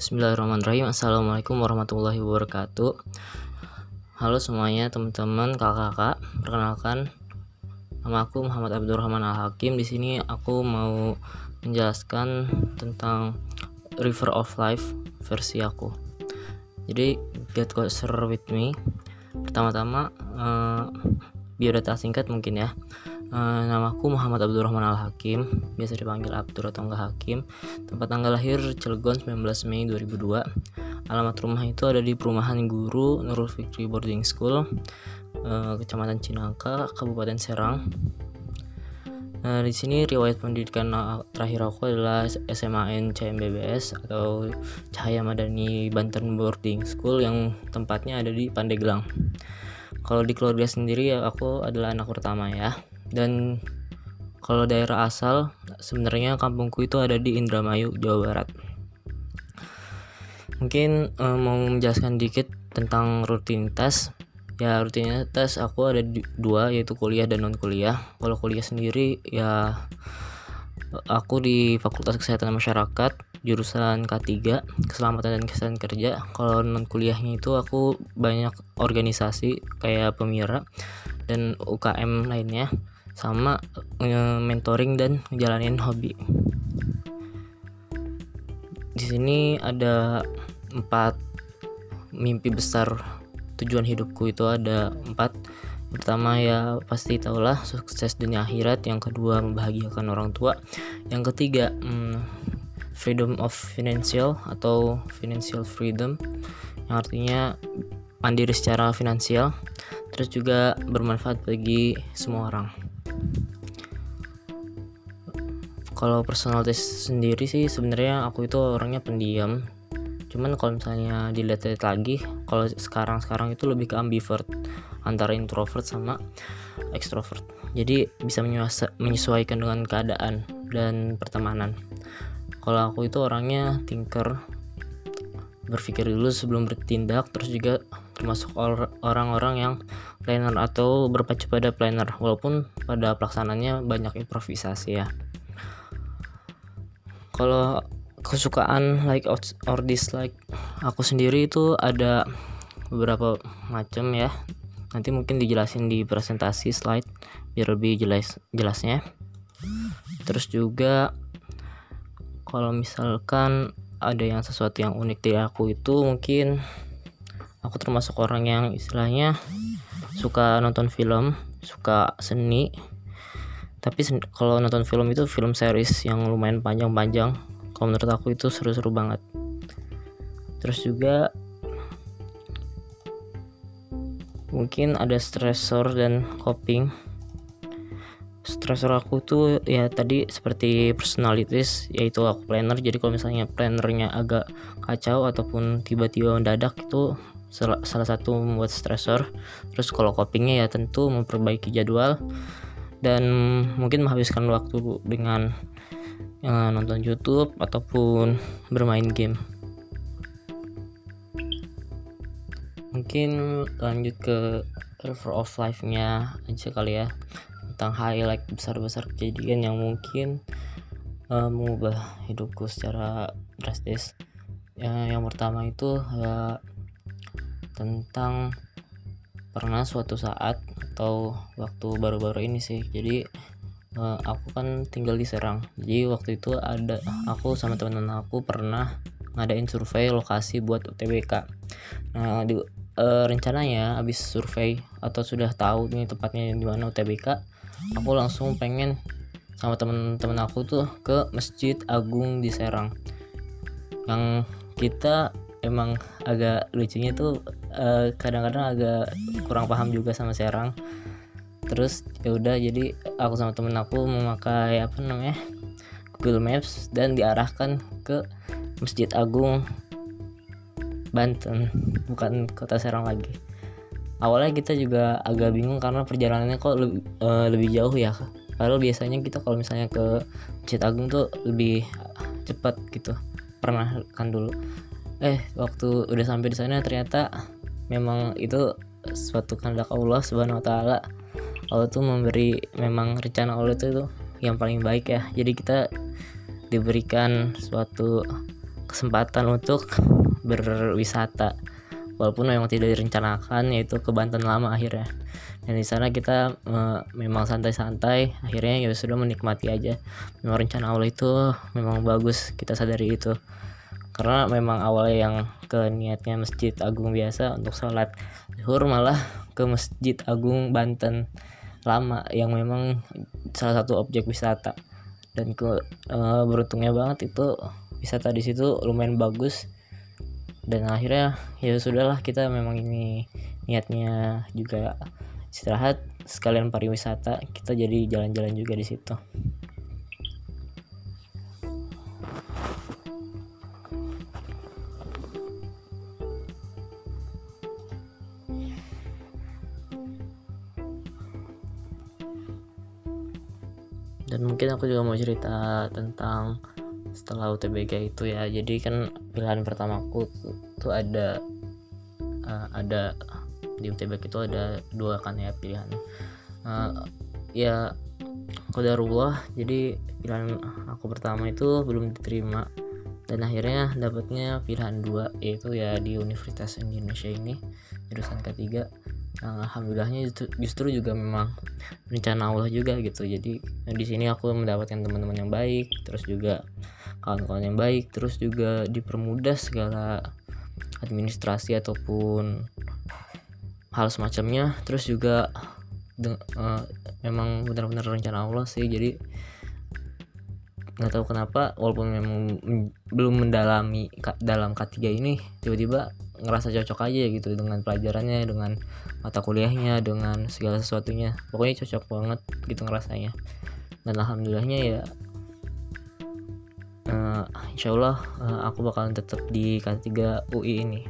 Bismillahirrahmanirrahim. Assalamualaikum warahmatullahi wabarakatuh. Halo semuanya, teman-teman, kakak-kakak. Perkenalkan, nama aku Muhammad Abdurrahman Al-Hakim. Di sini aku mau menjelaskan tentang River of Life versi aku. Jadi, get closer with me. Pertama-tama, biodata singkat mungkin ya. Namaku Muhammad Abdurrahman Al-Hakim, biasa dipanggil Abdur atau enggak Hakim. Tempat tanggal lahir Cilegon 19 Mei 2002. Alamat rumah itu ada di Perumahan Guru Nurul Fikri Boarding School, Kecamatan Cinangka, Kabupaten Serang. Di sini riwayat pendidikan terakhir aku adalah SMAN CMBBS atau Cahaya Madani Banten Boarding School yang tempatnya ada di Pandeglang. Kalau di keluarga sendiri ya aku adalah anak pertama ya. Dan kalau daerah asal sebenarnya kampungku itu ada di Indramayu, Jawa Barat. Mungkin mau menjelaskan dikit tentang rutinitas. Ya, rutinitas aku ada dua, yaitu kuliah dan non kuliah. Kalau kuliah sendiri ya aku di Fakultas Kesehatan Masyarakat jurusan K3 Keselamatan dan Kesehatan Kerja. Kalau non kuliahnya itu aku banyak organisasi kayak Pemira dan UKM lainnya, sama mentoring dan ngejalanin hobi. Di sini ada 4 mimpi besar tujuan hidupku, itu ada 4. Pertama ya pasti tahulah, sukses dunia akhirat. Yang kedua, membahagiakan orang tua. Yang ketiga, freedom of financial atau financial freedom, yang artinya mandiri secara finansial, terus juga bermanfaat bagi semua orang. Kalau personalitas sendiri sih sebenarnya aku itu orangnya pendiam. Cuman kalau misalnya dilihat lagi, kalau sekarang itu lebih ke ambivert, antara introvert sama extrovert. Jadi bisa menyesuaikan dengan keadaan dan pertemanan. Kalau aku itu orangnya thinker, berpikir dulu sebelum bertindak, terus juga termasuk orang-orang yang planner atau berpacu pada planner, walaupun pada pelaksanaannya banyak improvisasi ya. Kalau kesukaan like or dislike aku sendiri itu ada beberapa macam ya. Nanti mungkin dijelasin di presentasi slide biar lebih jelasnya. Terus juga kalau misalkan ada yang sesuatu yang unik dari aku itu, mungkin aku termasuk orang yang istilahnya suka nonton film, suka seni. Tapi kalau nonton film itu film series yang lumayan panjang-panjang, kalau menurut aku itu seru-seru banget. Terus juga mungkin ada stressor dan coping. Stressor aku tuh ya tadi seperti personalities, yaitu aku planner. Jadi kalau misalnya plannernya agak kacau ataupun tiba-tiba mendadak, itu salah satu membuat stressor. Terus kalau copingnya ya tentu memperbaiki jadwal dan mungkin menghabiskan waktu dengan nonton YouTube ataupun bermain game. Mungkin lanjut ke River of Life-nya aja kali ya, tentang highlight besar-besar kejadian yang mungkin mengubah hidupku secara drastis. Yang pertama itu ya tentang pernah suatu saat atau waktu baru-baru ini sih. Jadi aku kan tinggal di Serang. Jadi waktu itu aku sama teman-teman aku pernah ngadain survei lokasi buat UTBK. Nah, rencananya habis survei atau sudah tahu nih tempatnya di mana UTBK, aku langsung pengen sama teman-teman aku tuh ke Masjid Agung di Serang. Yang kita emang agak lucunya tuh kadang-kadang agak kurang paham juga sama Serang. Terus ya udah, jadi aku sama temen aku memakai Google Maps dan diarahkan ke Masjid Agung Banten, bukan kota Serang lagi. Awalnya kita juga agak bingung karena perjalanannya kok lebih jauh ya. Padahal biasanya kita kalau misalnya ke Masjid Agung tuh lebih cepat gitu. Pernah kan dulu. Waktu udah sampai di sana ternyata memang itu suatu kehendak Allah Subhanahu wa taala. Allah tuh memberi, memang rencana Allah itu yang paling baik ya. Jadi kita diberikan suatu kesempatan untuk berwisata, walaupun memang tidak direncanakan, yaitu ke Banten Lama akhirnya. Dan di sana kita memang santai-santai, akhirnya ya sudah menikmati aja. Memang rencana Allah itu memang bagus, kita sadari itu, karena memang awalnya yang ke niatnya Masjid Agung biasa untuk sholat zuhur, malah ke Masjid Agung Banten Lama yang memang salah satu objek wisata. Dan beruntungnya banget itu wisata di situ lumayan bagus. Dan akhirnya ya sudahlah, kita memang ini niatnya juga istirahat sekalian pariwisata, kita jadi jalan-jalan juga di situ. Dan mungkin aku juga mau cerita tentang setelah UTBK itu ya. Jadi kan pilihan pertamaku tuh ada di UTBK itu ada 2 kan ya pilihan. Ya qadarullah, jadi pilihan aku pertama itu belum diterima, dan akhirnya dapatnya pilihan 2, yaitu ya di Universitas Indonesia ini, jurusan ketiga. Alhamdulillahnya justru juga memang rencana Allah juga gitu. Jadi di sini aku mendapatkan teman-teman yang baik, terus juga kawan-kawan yang baik, terus juga dipermudah segala administrasi ataupun hal semacamnya. Terus juga memang benar-benar rencana Allah sih. Jadi nggak tahu kenapa, walaupun memang belum mendalami dalam K3 ini, tiba-tiba ngerasa cocok aja gitu dengan pelajarannya, dengan mata kuliahnya, dengan segala sesuatunya. Pokoknya cocok banget gitu ngerasanya. Dan alhamdulillahnya ya insyaallah aku bakalan tetap di K3 UI ini.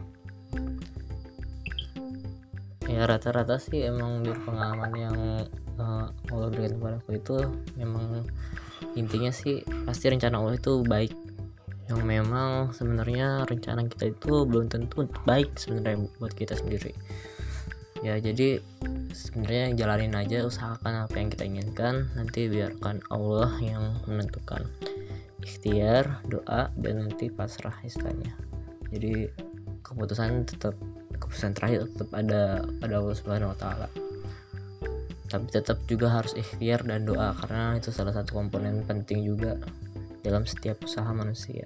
Ya rata-rata sih emang dari pengalaman yang Allah berikan kepada aku itu, memang intinya sih pasti rencana Allah itu baik. Yang memang sebenarnya rencana kita itu belum tentu baik sebenarnya buat kita sendiri. Ya jadi sebenarnya jalanin aja, usahakan apa yang kita inginkan, nanti biarkan Allah yang menentukan. Ikhtiar, doa, dan nanti pasrah istilahnya. Jadi keputusan terakhir tetap ada pada Allah Subhanahu wa taala. Tapi tetap juga harus ikhtiar dan doa, karena itu salah satu komponen penting juga dalam setiap usaha manusia.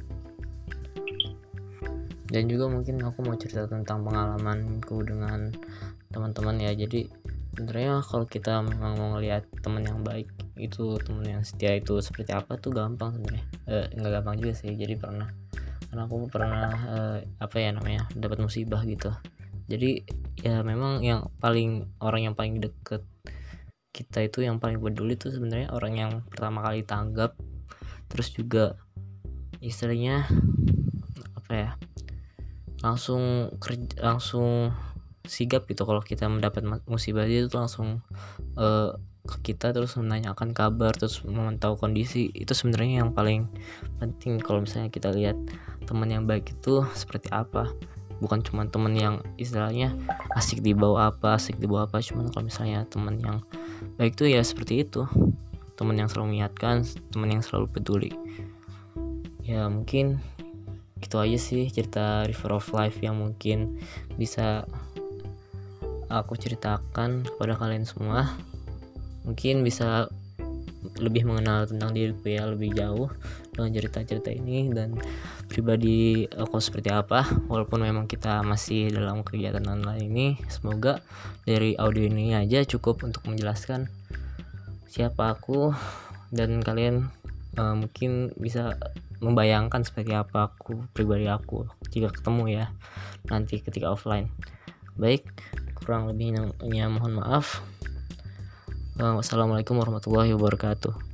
Dan juga mungkin aku mau cerita tentang pengalamanku dengan teman-teman ya. Jadi sebenarnya kalau kita memang mau ngelihat teman yang baik itu, teman yang setia itu seperti apa tuh gampang sebenarnya. Nggak gampang juga sih. Jadi karena aku pernah dapat musibah gitu. Jadi ya memang orang yang paling deket kita itu, yang paling peduli itu sebenarnya orang yang pertama kali tanggap, terus juga istilahnya langsung sigap gitu kalau kita mendapat musibah. Dia itu langsung ke kita, terus menanyakan kabar, terus memantau kondisi. Itu sebenarnya yang paling penting kalau misalnya kita lihat teman yang baik itu seperti apa. Bukan cuma teman yang istilahnya asik dibawa apa, cuman kalau misalnya teman yang baik itu ya seperti itu, teman yang selalu mengingatkan, teman yang selalu peduli. Ya mungkin itu aja sih cerita River of Life yang mungkin bisa aku ceritakan kepada kalian semua. Mungkin bisa lebih mengenal tentang diriku ya lebih jauh dengan cerita-cerita ini, dan pribadi aku seperti apa, walaupun memang kita masih dalam kegiatan online ini. Semoga dari audio ini aja cukup untuk menjelaskan siapa aku, dan kalian mungkin bisa membayangkan seperti apa pribadi aku jika ketemu ya nanti ketika offline. Baik, kurang lebihnya mohon maaf. Wassalamualaikum warahmatullahi wabarakatuh.